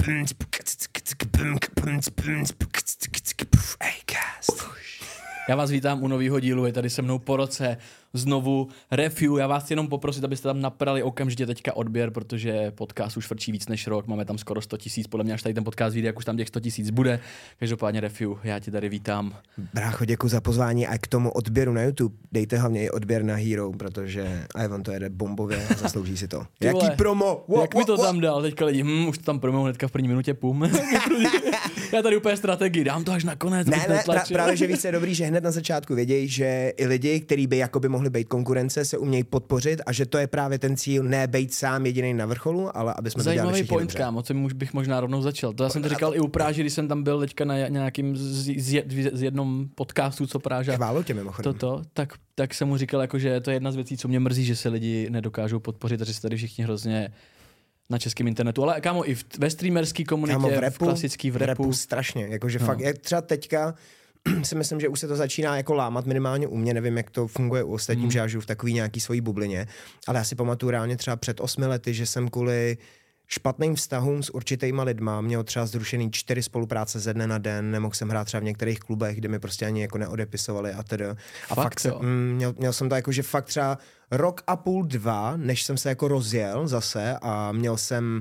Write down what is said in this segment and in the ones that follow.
Já vás vítám u nového dílu, je tady se mnou po roce znovu review. Já vás jenom poprosit, abyste tam naprali okamžitě teďka odběr, protože podcast už frčí víc než rok, máme tam skoro 100 000, podle mě až tady ten podcast vyjde, jak už tam těch 100 000 bude. Každopádně review, já ti tady vítám. Brácho, děkuji za pozvání a k tomu odběru na YouTube dejte hlavně i odběr na Hero, protože Ivan to jede bombově a zaslouží si to. Jaký promo? Jak mi to tam dal? Teďka lidi, už to tam promo hnedka v první minutě, pum. Já tady úplně strategii, dám to až na konec. Ne, právě, že víc je dobrý, že hned na začátku vědějí, že i lidi, kteří by jakoby mohli být konkurence, se umějí podpořit a že to je právě ten cíl, ne být sám jediný na vrcholu, ale aby jsme to dělali všichni dobře. Zajímavý point, kámo, co bych možná rovnou začal. To já jsem to říkal i u Práži, když jsem tam byl teďka na nějakým z jednom podcastu, co Práža. Chválo tě mimochodem. Tak jsem mu říkal, jako, že to je jedna z věcí, co mě mrzí, že se lidi nedokážou podpořit, takže se tady všichni hrozně na českém internetu, ale kámo i ve streamerský komunitě, kámo, v klasický v rapu strašně, jakože fakt, jak třeba teďka si myslím, že už se to začíná jako lámat minimálně u mě, nevím, jak to funguje u ostatních, že já žiju v takový nějaký svojí bublině, ale já si pamatuju reálně třeba před 8 lety, že jsem kvůli špatným vztahům s určitýma lidma měl třeba zrušený 4 spolupráce ze dne na den, nemohl jsem hrát třeba v některých klubech, kde mi prostě ani jako neodepisovali a tedy. A fakt měl jsem to jako, že fakt třeba rok a půl, 2, než jsem se jako rozjel zase a měl jsem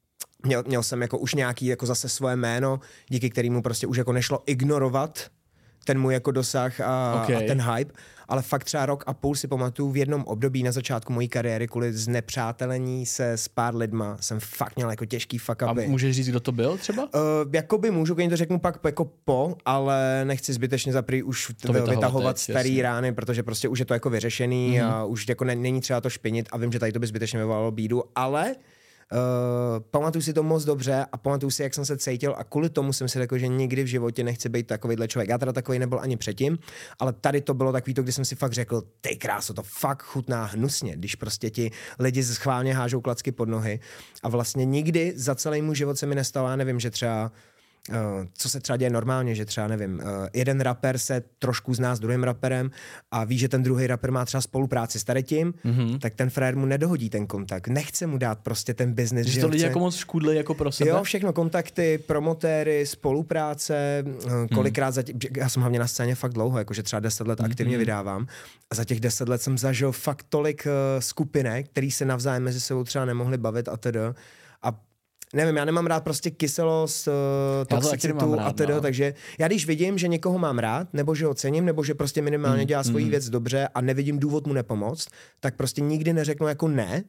jako už nějaký jako zase svoje jméno, díky kterému prostě už jako nešlo ignorovat ten můj jako dosah a ten hype, ale fakt třeba rok a půl si pamatuju v jednom období na začátku mojí kariéry kvůli znepřátelení se s pár lidma jsem fakt měl jako těžký fuck upy. A můžeš říct, kdo to byl třeba? Jakoby můžu, když to řeknu pak jako ale nechci zbytečně zaprý už vytahovat starý rány, protože prostě už je to jako vyřešený a už jako není třeba to špinit a vím, že tady to by zbytečně vyvolalo bídu, ale pamatuju si to moc dobře a pamatuju si, jak jsem se cítil a kvůli tomu jsem si řekl, že nikdy v životě nechci být takovýhle člověk. Já teda takový nebyl ani předtím, ale tady to bylo takový to, kdy jsem si fakt řekl, ty kráso, to fakt chutná hnusně, když prostě ti lidi schválně hážou klacky pod nohy a vlastně nikdy za celý můj život se mi nestalo, já nevím, že třeba co se třeba děje normálně, že třeba nevím, jeden rapper se trošku zná s druhým raperem a ví, že ten druhý rapper má třeba spolupráci s tadytím, tak ten frajer mu nedohodí ten kontakt, nechce mu dát prostě ten business. Že to lidi jako moc škůdli jako pro sebe? Jo, všechno, kontakty, promotéry, spolupráce, kolikrát já jsem hlavně na scéně fakt dlouho, jakože třeba 10 let aktivně vydávám a za těch 10 let jsem zažil fakt tolik skupinek, který se navzájem mezi sebou třeba nemohli bavit a tedy. A nevím, já nemám rád prostě kyselost, toxicitu a tedy, takže já když vidím, že někoho mám rád, nebo že ho cením, nebo že prostě minimálně dělá svoji věc dobře a nevidím důvod mu nepomoct, tak prostě nikdy neřeknu jako ne,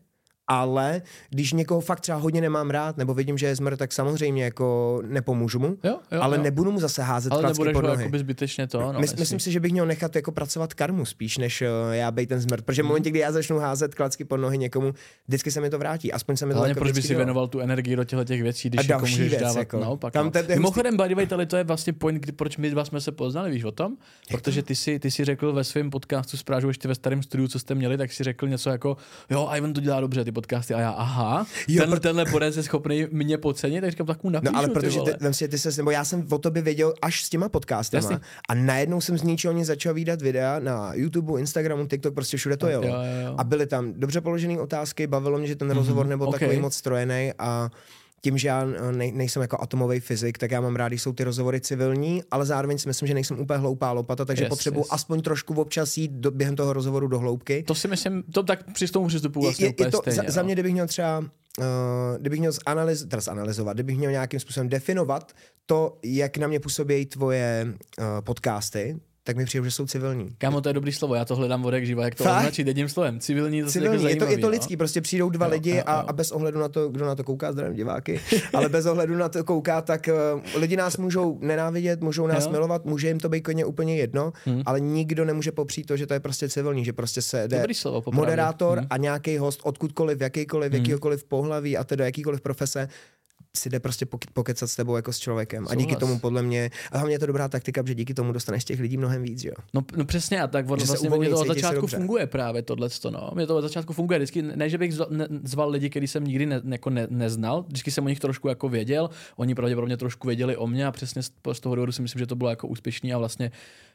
ale když někoho fakt třeba hodně nemám rád, nebo vidím, že je zmrt, tak samozřejmě jako nepomůžu mu, ale nebudu mu zase házet klacky pod nohy. Ale zbytečně to, no, myslím si, že bych měl nechat jako pracovat karmu spíš, než já bejt ten zmrt, protože v momentě, kdy já začnu házet klacky pod nohy někomu, vždycky se mi to vrátí, aspoň se mi to jako proč by si věnoval tu energii do těch věcí, když jako můžeš dávat jako, naopak. Mimochodem, by the way, to je vlastně point, proč my dva jsme se poznali, víš o tom? Protože ty si řekl ve svém podcastu s Prážou ještě ve starém studiu, co jste měli, tak si řekl něco jako, jo, Ivan to dělá dobře, ty podcasty, a já, aha, tenhle poradce je schopný mě podcenit, tak říkám, tak mu napíšu. No ale protože nebo já jsem o tobě věděl až s těma podcastama a najednou jsem z ničeho nic začal vídat videa na YouTube, Instagramu, TikTok, prostě všude to jelo. Jo. A byly tam dobře položené otázky, bavilo mě, že ten rozhovor nebyl takový moc strojený a tím, že já nejsem jako atomový fyzik, tak já mám rád, když jsou ty rozhovory civilní, ale zároveň si myslím, že nejsem úplně hloupá lopata, takže potřebuji aspoň trošku občas jít během toho rozhovoru do hloubky. To si myslím, to tak při tomu přístupu vlastně úplně stejně. Za mě, kdybych měl třeba, kdybych měl analyzovat, kdybych měl nějakým způsobem definovat to, jak na mě působí tvoje podcasty, tak mi přijde, že jsou civilní. Kámo, to je dobrý slovo, já to hledám vodek živa, jak to označit jedním slovem. Civilní, to civilní. Jako je to lidský, prostě přijdou dva lidi a bez ohledu na to, kdo na to kouká, zdravím diváky, ale bez ohledu na to kouká, tak lidi nás můžou nenávidět, můžou nás milovat, může jim to být úplně jedno, ale nikdo nemůže popřít to, že to je prostě civilní, že prostě se jde moderátor a nějaký host odkudkoliv, jakýkoliv pohlaví a tedy jakýkoliv profese si jde prostě pokecat s tebou jako s člověkem. A díky tomu podle mě, a hlavně je to dobrá taktika, že díky tomu dostaneš těch lidí mnohem víc, jo. No přesně, a tak vlastně mě to od začátku funguje právě tohleto, no. Mě to od začátku funguje vždycky, ne, že bych zval lidi, který jsem nikdy neznal, vždycky jsem o nich trošku jako věděl, oni pravděpodobně trošku věděli o mě a přesně z toho důvodu si myslím, že to bylo jako úspěšný a vlastně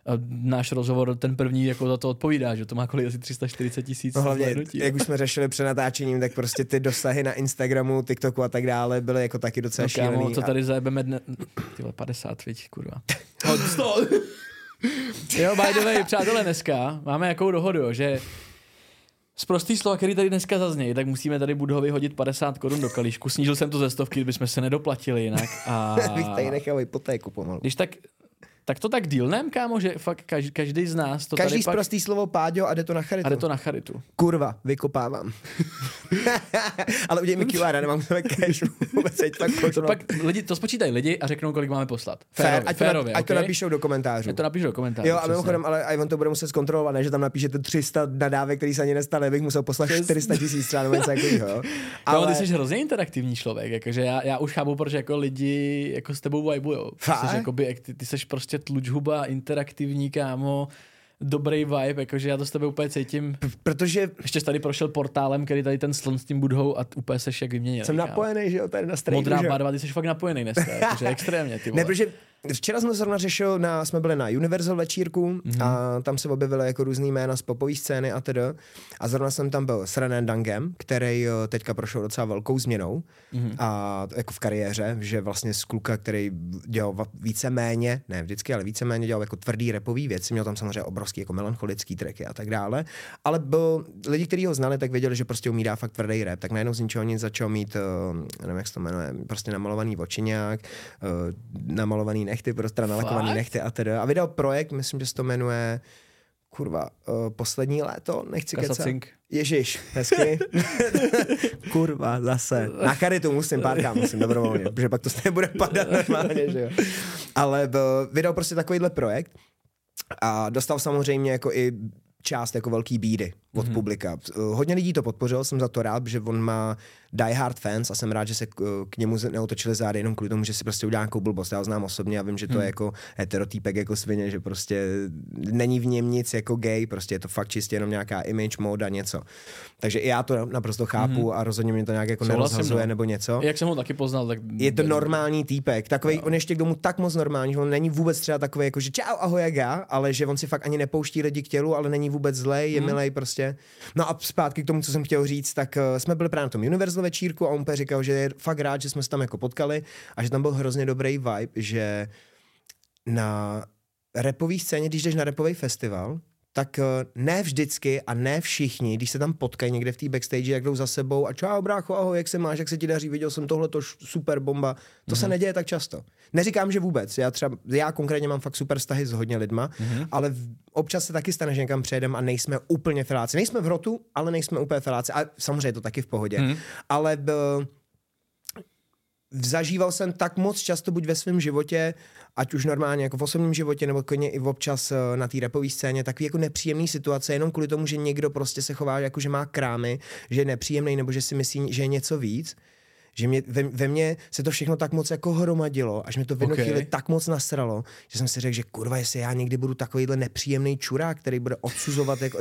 náš rozhovor, ten první jako za to odpovídá, že to má kolik asi 340 000 no hlavně, jak už jsme řešili před natáčením, tak prostě ty dosahy na Instagramu, TikToku a tak dále byly jako taky docela šílený. Kámo, co tady zajebeme tyhle 50, viď, kurva. Jo, by the way, přátelé, dneska máme jakou dohodu, že z prostý slova, který tady dneska zaznějí, tak musíme tady Budhovi hodit 50 korun do kalíšku. Snížil jsem to ze 100, kdybychom se nedoplatili jinak. A bych tady nechal hypotéku pomalu. Když tak to tak dílnem, kámo, že fakt každý z nás to každý tady pak... prostý slovo Páďo a jde to na charitu. A jde to na charitu. Kurva, vykopávám. Ale uděj mi QR, nemám k tebe cash. To pak to spočítají lidi a řeknou, kolik máme poslat. Férově, ať to napíšou do komentářů. Jo, a mimochodem, ale on to bude muset zkontrolovat, ne, že tam napíšete 300 nadávek, který se ani nestane, bych musel poslat 400 000 třeba nebo něco takového. Ale ty jsi hrozně interaktivní člověk, jakože já už chápu, protože jako lidi jako s tebou vibujou. Ty jsi prostě tlučhuba, interaktivní, kámo, dobrý vibe, jakože já to s tebe úplně cítím. Protože... Ještě tady prošel portálem, který tady ten slon s tím Budhou a úplně seš jak vyměnil. Jsem napojený, že jo, tady na strejku. Modrá barva, ty jsi fakt napojený dneska, jakože extrémně, ty vole. Ne, protože včera jsme zrovna řešil, jsme byli na Universal večírku a tam se objevily jako různý jména z popové scény a tedy. A zrovna jsem tam byl s René Dangem, který teďka prošel docela velkou změnou a jako v kariéře, že vlastně z kluka, který dělal víceméně, ne vždycky, ale víceméně dělal jako tvrdý rapový věci, měl tam samozřejmě obrovský jako melancholický tracky a tak dále, ale lidi, kteří ho znali, tak věděli, že prostě umí dát fakt tvrdý rap, tak najednou z ničeho nic začal mít, nevím, jak se to jmenuje, prostě namalovaný očiňák, namalovaný nechty, prostě nalakovaný nechty a teda. A vydal projekt, myslím, že se to jmenuje poslední léto, nechci kecat. Ježiš, hezky. Kurva, zase. Na charitu musím dobrovolně, protože pak to nebude padat normálně, že jo. Ale vydal prostě takovýhle projekt a dostal samozřejmě jako i část jako velký bídy od publika. Hodně lidí to podpořilo, jsem za to rád, že on má die hard fans a jsem rád, že se k němu neotočili zády jenom kvůli tomu, že si prostě udělá nějakou blbost. Já ho znám osobně a vím, že to je jako heterotýpek jako svině, že prostě není v něm nic jako gay, prostě je to fakt čistě jenom nějaká image, móda, něco. Takže i já to naprosto chápu a rozhodně mě to nějak jako nerozhazuje nebo něco. Jak jsem ho taky poznal, tak je to normální týpek. Takovej, on ještě k tomu tak moc normální, že on není vůbec třeba takový jako že čau, ahoj, jak já, ale že on si fakt ani nepouští lidi k tělu, ale není vůbec zlej, je milej prostě. No a zpátky k tomu, co jsem chtěl říct, tak jsme byli právě na tom Universal večírku a on říkal, že je fakt rád, že jsme se tam jako potkali a že tam byl hrozně dobrý vibe, že na rapový scéně, když jdeš na rapový festival, tak ne vždycky a ne všichni, když se tam potkají někde v té backstage, jak jdou za sebou a čau brácho, ahoj, jak se máš, jak se ti daří, viděl jsem tohleto, super bomba. To se neděje tak často. Neříkám, že vůbec. Já konkrétně mám fakt super vztahy s hodně lidma, ale občas se taky stane, že někam přejedeme a nejsme úplně feláci. Nejsme v hrotu, ale nejsme úplně feláci. A samozřejmě je to taky v pohodě. Ale zažíval jsem tak moc často buď ve svém životě, ať už normálně jako v osobním životě, nebo klidně i občas na té rapové scéně, takový jako nepříjemný situace, jenom kvůli tomu, že někdo prostě se chová jako, že má krámy, že je nepříjemný, nebo že si myslí, že je něco víc. Že ve mně se to všechno tak moc jako hromadilo, až mi to v jednu chvíli tak moc nasralo, že jsem si řekl, že kurva, jestli já někdy budu takovýhle nepříjemný čurák, který bude odsuzovat jako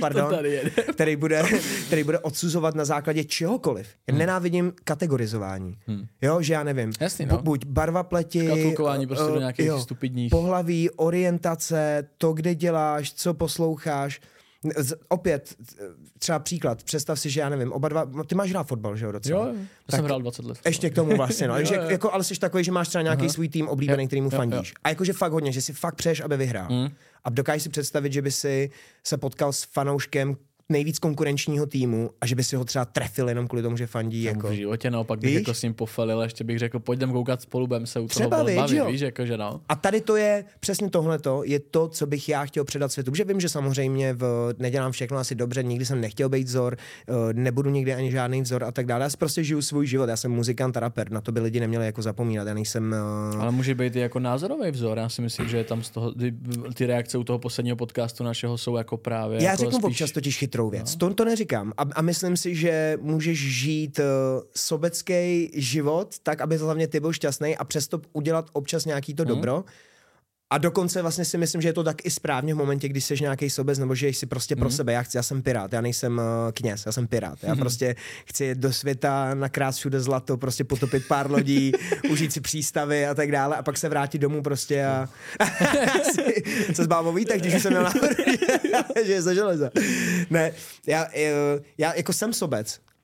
který bude odsuzovat na základě čehokoliv. Já nenávidím kategorizování. Jo, že já nevím. Jasný, no. Buď barva pleti, katulkování prostě do nějakých stupidních pohlaví, orientace, to, kde děláš, co posloucháš. Opět, třeba příklad, představ si, že já nevím, oba dva, ty máš hrát fotbal, že jo, docela? Jo, já jsem hrál 20 let. Ještě k tomu vlastně, no, že, jako, ale jsi takový, že máš třeba nějaký svůj tým oblíbený, který mu fandíš. A jakože fakt hodně, že si fakt přeješ, aby vyhrál. A dokážeš si představit, že by si se potkal s fanouškem nejvíc konkurenčního týmu a že by si ho třeba trefil jenom kvůli tomu, že fandí. Jako... V životě naopak bych jako s ním pofalil, ještě bych řekl, pojďme koukat spolu, budeme se u toho bavit, víš, jakože no. A tady to je, přesně tohleto, je to, co bych já chtěl předat světu. Protože vím, že samozřejmě nedělám všechno asi dobře, nikdy jsem nechtěl být vzor, nebudu nikdy ani žádný vzor a tak dále. Já prostě žiju svůj život, já jsem muzikant a rapper, na to by lidi neměli jako zapomínat, já nejsem... Ale může být i jako názorový vzor, já si myslím, že je tam z toho, ty reakce u toho posledního podcastu našeho jsou jako právě... Já jako řeknu spíš... občas totiž chytrou věc. No. To neříkám. A myslím si, že můžeš žít sobecký život tak, aby hlavně ty byl šťastný a přesto udělat občas nějaký to dobro. A dokonce vlastně si myslím, že je to tak i správně v momentě, když jsi nějaký sobec, nebo že jsi prostě pro sebe. Já jsem pirát, já nejsem kněz, já jsem pirát. Já prostě chci do světa nakrát všude zlato, prostě potopit pár lodí, užít si přístavy a tak dále a pak se vrátit domů prostě a se zbávoví, tak když jsem měl náhodou, že je za železa. Ne, já jako jsem sobec.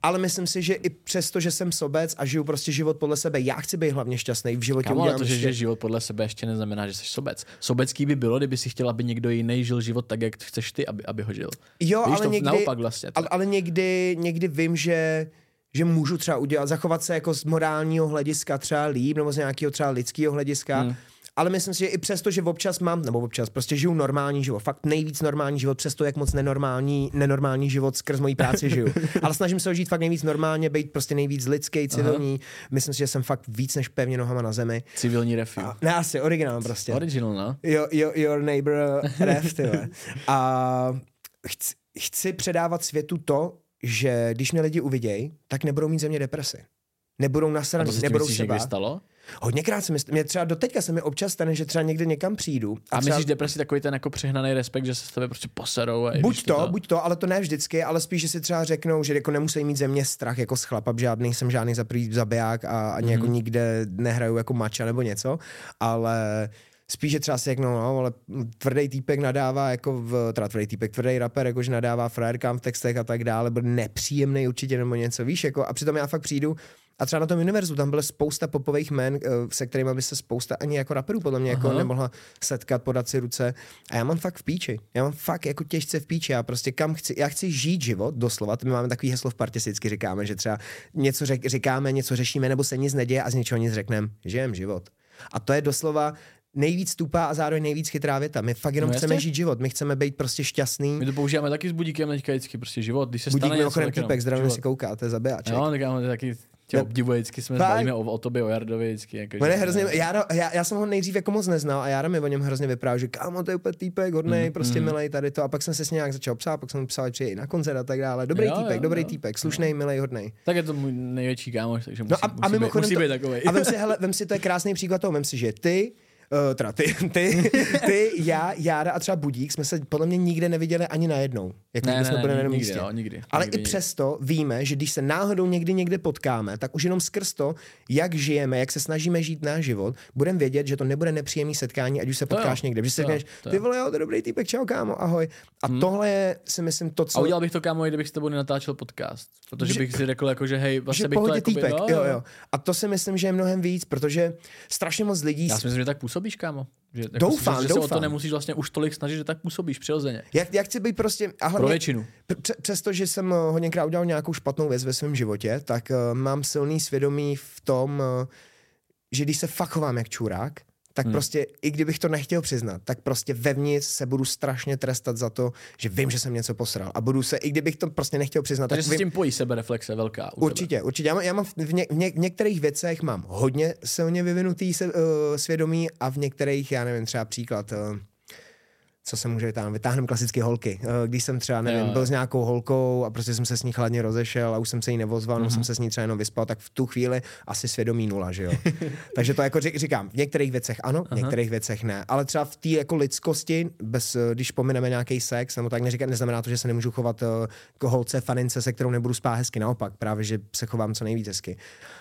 ale myslím si, že i přesto, že jsem sobec a žiju prostě život podle sebe, já chci být hlavně šťastný v životě. Kámo, ale to, že žiješ život podle sebe, ještě neznamená, že jsi sobec. Sobecký by bylo, kdyby si chtěl, aby někdo jiný žil život tak, jak chceš ty, aby ho žil. Jo, víš, ale někdy, naopak vlastně. Ale někdy vím, že můžu třeba zachovat se jako z morálního hlediska třeba líp, nebo z nějakého třeba lidského hlediska. Ale myslím si, že i přesto, že občas prostě žiju normální život, fakt nejvíc normální život, přesto jak moc nenormální život skrz mojí práci žiju. Ale snažím se ho žít fakt nejvíc normálně, být prostě nejvíc lidský, civilní. Myslím si, že jsem fakt víc než pevně nohama na zemi. Civilní ref. Ne, asi originál prostě. Original, no. Your neighbor ref, tyhle. A chci předávat světu to, že když mě lidi uvidějí, tak nebudou mít ze mě depresi. Nebudou nasraný, nebudou se bát. Stalo? Hodněkrát se mě třeba doteďka se mi občas stane, že třeba někde někam přijdu. A myslíš depresi takový ten jako přehnaný respekt, že se s tebe prostě poserou? Buď to, ale to ne vždycky, ale spíš, že si třeba řeknou, že jako nemusí mít ze mě strach jako z chlapa, jsem žádný zabiják a ani jako nikde nehraju jako mača nebo něco, ale spíš, že třeba si řeknou, no, ale tvrdý týpek nadává jako tvrdý rapper, jakože nadává frajerkám v textech a tak dále, byl nepříjemný určitě nebo něco, víš, jako a přitom já fakt přijdu a třeba na tom univerzu tam byla spousta popových jmen, se kterými by se spousta ani jako raperů podle mě jako nemohla setkat, podat si ruce. A já mám fakt v píči. Já mám fakt jako těžce v píči. Já prostě já chci žít život, doslova. My máme takový heslo v partě, si vždycky říkáme, že třeba něco říkáme, něco řešíme, nebo se nic neděje a z ničeho nic řekneme. Žijem život. A to je doslova nejvíc tupá a zároveň nejvíc chytrá věta. My fakt jenom chceme žít život, my chceme být prostě šťastný. My to používáme taky s Budíkem teďka vždycky, prostě život. Když se Budík stane něco, týpek, zdravím, si kouká, to je zabijáček. Jo, tak já taky tě obdivuje, vždycky jsme bavíme o tobě, o Jardovi vždycky. Jako, hrozně, já jsem ho nejdřív jako moc neznal a Jára mi o něm hrozně vyprávěl, že kámo, to je úplně týpek, hodnej, prostě milej tady to a pak jsem se s ním nějak začal psát, pak jsem mu psal, že je na koncert a tak dále. Dobrý týpek, slušnej, milej, hodnej. Tak je to můj největší kámoš, takže musí být takovej. A vem si, to je krásný příklad toho, vem si, že ty, Jára a třeba Budík jsme se podle mě nikde neviděli ani najednou. Jako jsme byli na jednom místě. Nikdy. Ale i přesto víme, že když se náhodou někde potkáme, tak už jenom skrz to, jak žijeme, jak se snažíme žít náš život, budeme vědět, že to nebude nepříjemný setkání, ať už se potkáš někde. Když si řekneš, ty vole, jo, to je dobrý týpek, čau kámo, ahoj. A tohle je, si myslím, to, co... A udělal bych to, kámo, kdybych s tebou nenatáčel podcast. Protože bych si řekl, jako, že hej, vlastně bych to týpek, jo. A to si myslím, že je mnohem víc, protože strašně moc lidí... Já si myslím, že tak působíš, kámo. Že, jako doufám. Se o to nemusíš vlastně už tolik snažit, že tak působíš přirozeně. Já chci být prostě... A hlavně, pro většinu. Přestože jsem hodněkrát udělal nějakou špatnou věc ve svém životě, tak mám silný svědomí v tom, že když se fakt chovám jak čurák, tak prostě, i kdybych to nechtěl přiznat, tak prostě vevnitř se budu strašně trestat za to, že vím, že jsem něco posral. A budu se, i kdybych to prostě nechtěl přiznat. Takže se s tím pojí sebereflexe velká. Určitě. Já mám v některých věcech mám hodně silně vyvinutý svědomí a v některých, já nevím, třeba příklad... co se může vytáhnout klasické holky. Když jsem třeba, nevím, byl s nějakou holkou a prostě jsem se s ní chladně rozešel a už jsem se jí nevozval, jsem se s ní třeba jenom vyspal, tak v tu chvíli asi svědomí 0, že jo. Takže to jako říkám, v některých věcech ano, v některých věcech ne. Ale třeba v té jako lidskosti, když pomineme nějaký sex, nebo tak neznamená to, že se nemůžu chovat k holce, fanince, se kterou nebudu spát hezky. Naopak, právě, že se chovám co nejvíc hezky.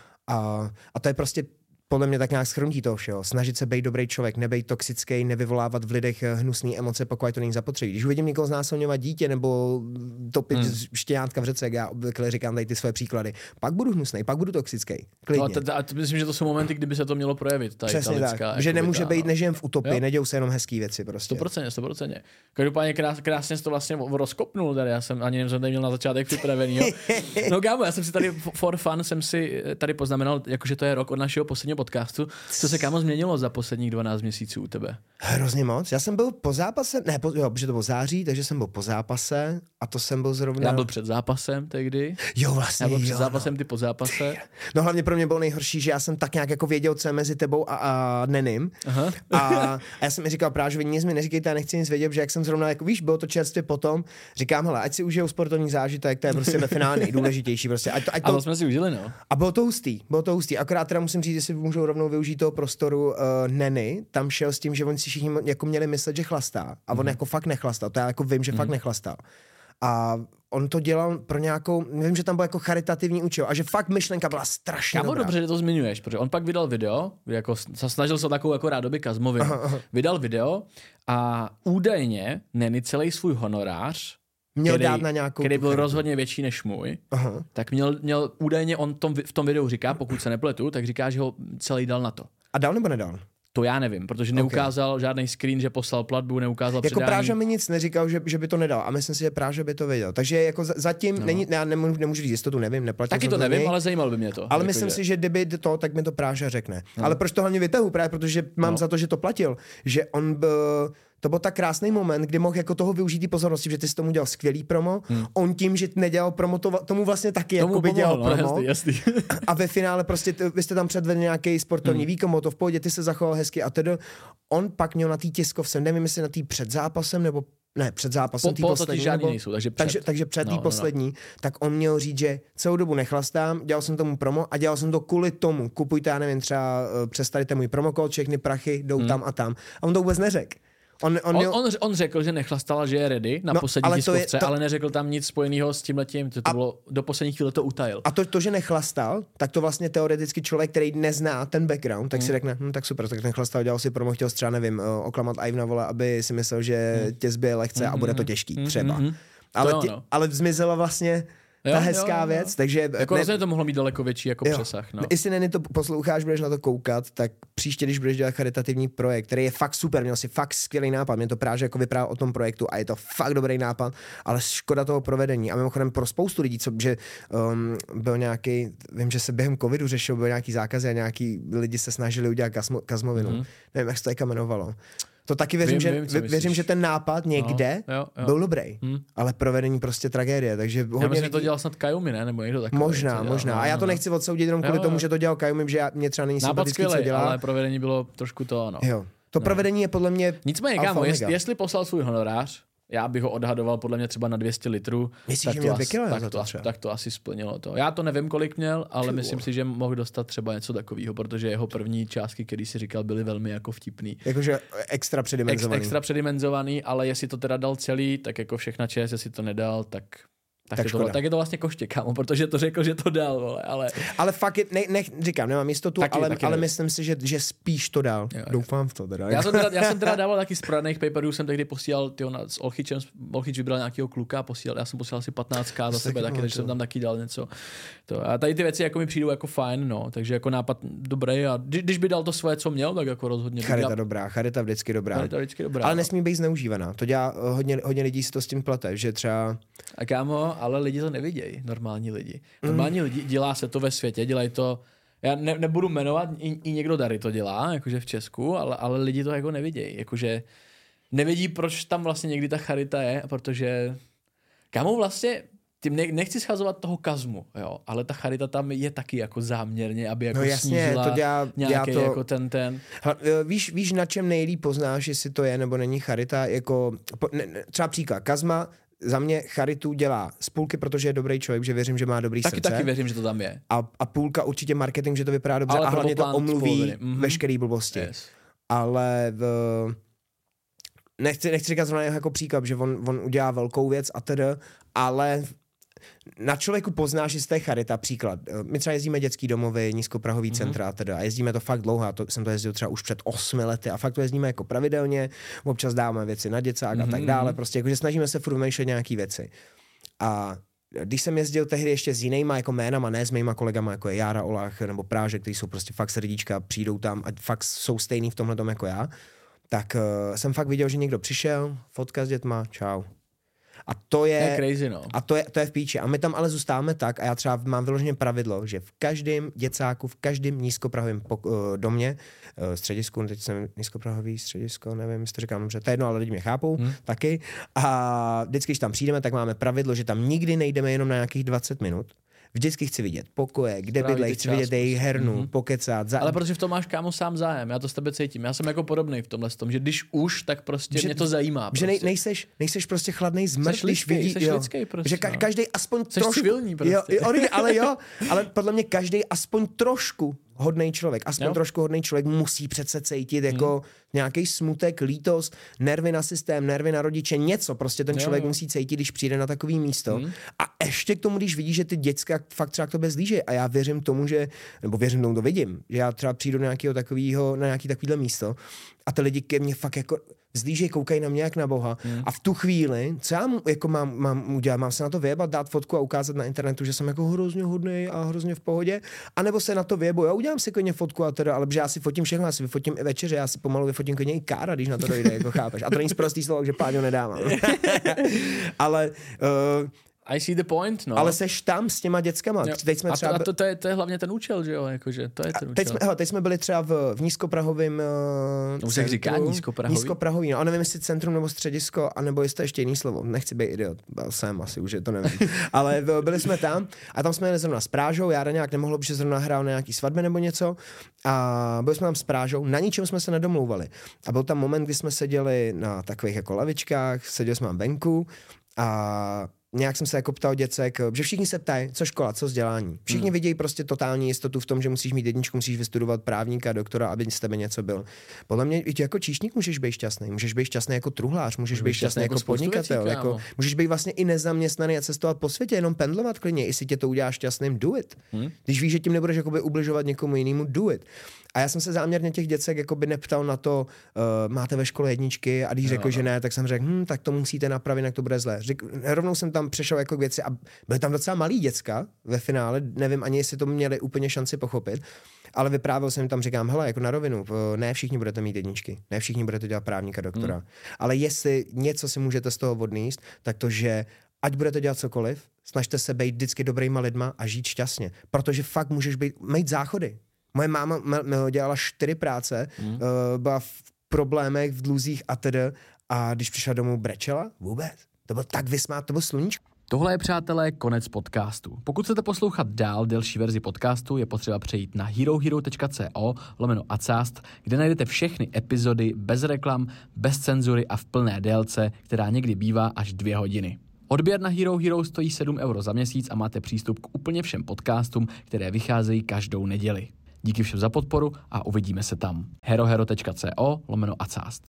A to je prostě podle mě tak nějak shrnutí toho všeho. Snažit se být dobrý člověk, nebejt toxický, nevyvolávat v lidech hnusné emoce, pokud to není zapotřebí. Když uvidím někoho znásilňovat dítě nebo topit štěňátka v řece, jak já obvykle říkám tady ty své příklady, pak budu hnusný, pak budu toxický. Klidně. No, a myslím, že to jsou momenty, kdyby se to mělo projevit. Přesně tak. Že nemůže být, nežijem v utopii, nedějou se jenom hezký věci prostě. 100%. Každopádně krásně jsi to vlastně rozkopnul, tady já jsem ani neměl na začátek připravený. Jo. No kámo, já jsem si tady for fun jsem si tady poznamenal, jakože to je rok od našeho posledního podcastu. Co se, kámo, změnilo za posledních 12 měsíců u tebe? Hrozně moc. Já jsem byl po zápase, protože to bylo září, takže jsem byl po zápase a to jsem byl zrovna... Já byl před zápasem tehdy. Jo, vlastně. Já byl před zápasem, ty po zápase. No hlavně pro mě bylo nejhorší, že já jsem tak nějak jako věděl, co je mezi tebou a Nenim. A já jsem mi říkal právě, že vy nic mi neříkejte, já nechci nic vědět, že jak jsem zrovna, jako víš, bylo to čerstvě potom, říkám, hele, ať si užijou sportovní zážitek, to je prostě ve finále nejdůležitější. Prostě, a to jsme si užili, no. A bylo to hustý. Akorát teda musím říct, jestli můžou rovnou využít toho prostoru Neny, tam šel s tím, že oni si všichni jako měli myslet, že chlastá. A on jako fakt nechlastal. To já jako vím, že fakt nechlastal. A on to dělal pro nějakou, nevím, že tam byl jako charitativní účel a že fakt myšlenka byla strašně dobrá. Dobře, že to zmiňuješ, protože on pak vydal video, jako snažil se takovou jako rádoby Kazmovi. Vydal video a údajně Neny celý svůj honorář měl dát na nějakou... Který byl rozhodně větší než můj, tak měl údajně, on v tom videu říká, pokud se nepletu, tak říká, že ho celý dal na to. A dal nebo nedal? To já nevím, protože neukázal žádný screen, že poslal platbu, neukázal předání. Jako Práža mi nic neříkal, že by to nedal a myslím si, že Práža by to věděl. Takže jako zatím není, já nemůžu říct jistotu, nevím, neplatil taky to nevím, ale zajímalo by mě to. Ale myslím si, že kdyby to, tak mi to Práža řekne. Ale proč to hlavně vytahu? Právě protože mám za to, že to platil, že on to byl tak krásný moment, kdy mohl jako toho využít ty pozornosti, že ty jsi tomu dělal skvělý promo. On tím, že nedělal promo, tomu vlastně taky jako by dělal promo. Jasný. A ve finále prostě vy jste tam předvedli nějaký sportovní výkon, bylo to v pohodě, ty se zachoval hezky a tedy on pak měl na té tiskovce, nevím jestli na té před zápasem nebo ne, před zápasem, poslední, žádný nejsou, takže před tý poslední, tak on měl říct, že celou dobu nechlastám, dělal jsem tomu promo a dělal jsem to kvůli tomu. Kupujte, já nevím, třeba přestavte můj promokód, všechny prachy jdou tam a tam. A on to vůbec neřekl. On řekl, že nechlastal, že je ready na poslední tiskovce, ale neřekl tam nic spojeného s tímhletím, to bylo do poslední chvíle to utajil. A to, že nechlastal, tak to vlastně teoreticky člověk, který nezná ten background, tak si řekne, tak super, tak nechlastal, dělal si promo, chtěl třeba, nevím, oklamat Ivana, vole, aby si myslel, že tě zbije lehce a bude to těžký, třeba. Ale zmizela vlastně ta hezká věc, takže... Jako rozhodně to mohlo mít daleko větší jako přesah, no. Jestli není to posloucháš, budeš na to koukat, tak příště, když budeš dělat charitativní projekt, který je fakt super, měl si fakt skvělý nápad, mě to právě jako vyprávěl o tom projektu a je to fakt dobrý nápad, ale škoda toho provedení. A mimochodem pro spoustu lidí, že byl nějaký, vím, že se během covidu řešil, byl nějaký zákazy a nějaký lidi se snažili udělat kazmovinu. Nevím, jak se to jmenovalo. To taky věřím, že ten nápad někde byl dobrý, ale provedení prostě tragédie, takže já myslím, že to dělal snad Kajumi, ne? Nebo někdo takový. Možná. A já to nechci odsoudit jenom kvůli tomu, že to dělal Kajumi, že mě třeba není sympatický, co dělá. Ale provedení bylo trošku to, Jo. To provedení je podle mě nicméně, kámo, jestli poslal svůj honorář, já bych ho odhadoval podle mě třeba na 200 litrů. Myslíš, tak to asi splnilo to. Já to nevím, kolik měl, ale myslím si, že mohl dostat třeba něco takového, protože jeho první částky, který si říkal, byly velmi jako vtipný. Jakože extra předimenzovaný. Extra předimenzovaný, ale jestli to teda dal celý, tak jako všechna čest, jestli to nedal, tak je to vlastně koště, kámo, protože to řekl, že to dal, vole, ale fakt, říkám, nemám jistotu, ale myslím si, že spíš to dal. Jo. Doufám v to teda. Já jsem teda dával taky z prodaných paperů, jsem tehdy posílal, s Olchicem, Olchič vybral nějakého kluka, já jsem posílal asi 15k za sebe taky, takže jsem tam taky dal něco. A tady ty věci jako mi přijdou jako fajn, no, takže jako nápad dobrý a když by dal to svoje, co měl, tak jako rozhodně. Charita vždycky dobrá. Ale nesmí být zneužívaná. To dělá hodně lidí si to s tím plete, že třeba. A kámo, ale lidi to nevidějí, normální lidi. Normální lidi, dělá se to ve světě, dělají to, já nebudu jmenovat, i někdo tady to dělá, jakože v Česku, ale lidi to jako nevidějí, jakože nevidí, proč tam vlastně někdy ta charita je, protože kámo vlastně, tím nechci schazovat toho kazmu, jo, ale ta charita tam je taky jako záměrně, aby jako snížila to nějaký to, jako ten. Víš, na čem nejlíp poznáš, jestli to je nebo není charita, jako třeba příklad, kazma. Za mě charitu dělá z půlky, protože je dobrý člověk, že věřím, že má dobrý srdce. Taky věřím, že to tam je. A půlka určitě marketing, že to vypadá dobře a hlavně to omluví veškerý blbosti. Yes. Ale nechci říkat zrovna jako příklad, že on udělá velkou věc a teda, ale na člověku poznáš, že jste charita, příklad. My třeba jezdíme dětský domovy, nízkoprahový centra a jezdíme to fakt dlouho, jsem to jezdil třeba už před 8 lety a fakt to jezdíme jako pravidelně, občas dáváme věci na děcák a tak dále, prostě jakože snažíme se furt vymýšlet nějaký věci. A když jsem jezdil tehdy ještě s jinýma jako jménama, ne s mýma kolegama, jako je Jára Olach nebo Práže, kteří jsou prostě fakt srdíčka, přijdou tam a fakt jsou stejný v tomhletom jako já, tak jsem fakt viděl, že někdo přišel, fotka s dětma, čau. A to je crazy, no. A to je v píči. A my tam ale zůstáváme tak, a já třeba mám vyloženě pravidlo, že v každém děcáku, v každém nízkoprahovém domě, středisku, teď jsem nízkoprahový středisko, nevím, jestli to říkám dobře, to je jedno, ale lidi mě chápou taky. A vždycky, když tam přijdeme, tak máme pravidlo, že tam nikdy nejdeme jenom na nějakých 20 minut. Vždycky chci vidět pokoje, kde bydlej, chci vidět jejich hernu, pokecat. Ale protože v tom máš, kámo, sám zájem, já to s tebe cítím. Já jsem jako podobnej v tomhle tom, že když už, tak prostě mě to zajímá. Prostě. Že nejseš prostě chladnej zmrt, když vidíš. Seš lidský prostě. Že každej aspoň seš trošku. Civilní prostě. Ale podle mě každej aspoň trošku hodnej člověk, trošku hodnej člověk musí přece cítit jako nějaký smutek, lítost, nervy na systém, nervy na rodiče, něco prostě ten člověk musí cítit, když přijde na takový místo. A ještě k tomu, když vidí, že ty děcka fakt třeba k tobě zlíží a já věřím tomu, že, nebo věřím tomu, to vidím, že já třeba přijdu na nějaký takovýhle místo A ty lidi ke mně fakt jako vzlížej, koukají na mě jak na boha. A v tu chvíli, co já jako mám udělat? Mám se na to vyjebat, dát fotku a ukázat na internetu, že jsem jako hrozně hodnej a hrozně v pohodě? A nebo se na to vyjebu, já udělám si klidně fotku a teda, ale že já si fotím všechno, já si vyfotím i večeře, já si pomalu vyfotím klidně i kára, když na to dojde, jako chápeš. A to není prostý slovo, že Páňo nedávám. Ale I see the point, no. Ale seš tam s těma dětskama. Teď jsme třeba... to je hlavně ten účel, že jo? Jakože, to je ten účel. Teď jsme byli třeba v nízkoprahovém centru. Už se říká nízkoprahový? Nízkoprahový, no. A nevím, jestli centrum nebo středisko, anebo jestli to ještě jiný slovo. Nechci být idiot. Jsem asi už, to nevím. Ale byli jsme tam a tam jsme jeli zrovna s Prážou. Jára nějak nemohlo, protože zrovna hrál na nějaký svatbě nebo něco. A byli jsme tam s Prážou. Na ničem jsme se nedomlouvali. A byl tam moment, kdy jsme seděli na takových jako lavičkách, seděli jsme tam venku a nějak jsem se jako ptal děcek, že všichni se ptají, co škola, co vzdělání. Všichni vidějí prostě totální jistotu v tom, že musíš mít jedničku, musíš vystudovat právníka, doktora, aby z tebe něco byl. Podle mě i jako číšník můžeš být šťastný, můžeš být šťastný jako truhlář, můžeš být šťastný jako podnikatel, jako, můžeš být vlastně i nezaměstnaný a cestovat po světě, jenom pendlovat klidně, jestli tě to udělá šťastným, do it. Když víš, že tím nebudeš jakoby ubližovat někomu jinému, do it. A já jsem se záměrně těch děcek jakoby neptal na to, máte ve škole jedničky, a když řekl, že ne, tak jsem řekl, tak to musíte napravit, jak to bude zlé. Rovnou jsem tam přešel jako k věci a byly tam docela malí děcka ve finále, nevím ani, jestli to měli úplně šanci pochopit, ale vyprávěl jsem tam, říkám, hele, jako na rovinu, ne všichni budete mít jedničky, ne všichni budete dělat právníka, doktora, ale jestli něco si můžete z toho odníst, tak to, že ať budete dělat cokoliv, snažte se být vždycky dobrýma lidma a žít šťastně, protože fakt můžeš mít záchody. Moje máma dělala 4 práce, byla v problémech, v dluzích a tedy. A když přišla domů, brečela? Vůbec. To byl tak vysmát, to byl sluníčko. Tohle je, přátelé, konec podcastu. Pokud chcete poslouchat dál delší verzi podcastu, je potřeba přejít na herohero.co/acast, kde najdete všechny epizody bez reklam, bez cenzury a v plné délce, která někdy bývá až 2 hodiny. Odběr na Hero Hero stojí 7 € za měsíc a máte přístup k úplně všem podcastům, které vycházejí každou neděli. Díky všem za podporu a uvidíme se tam. herohero.co/acast.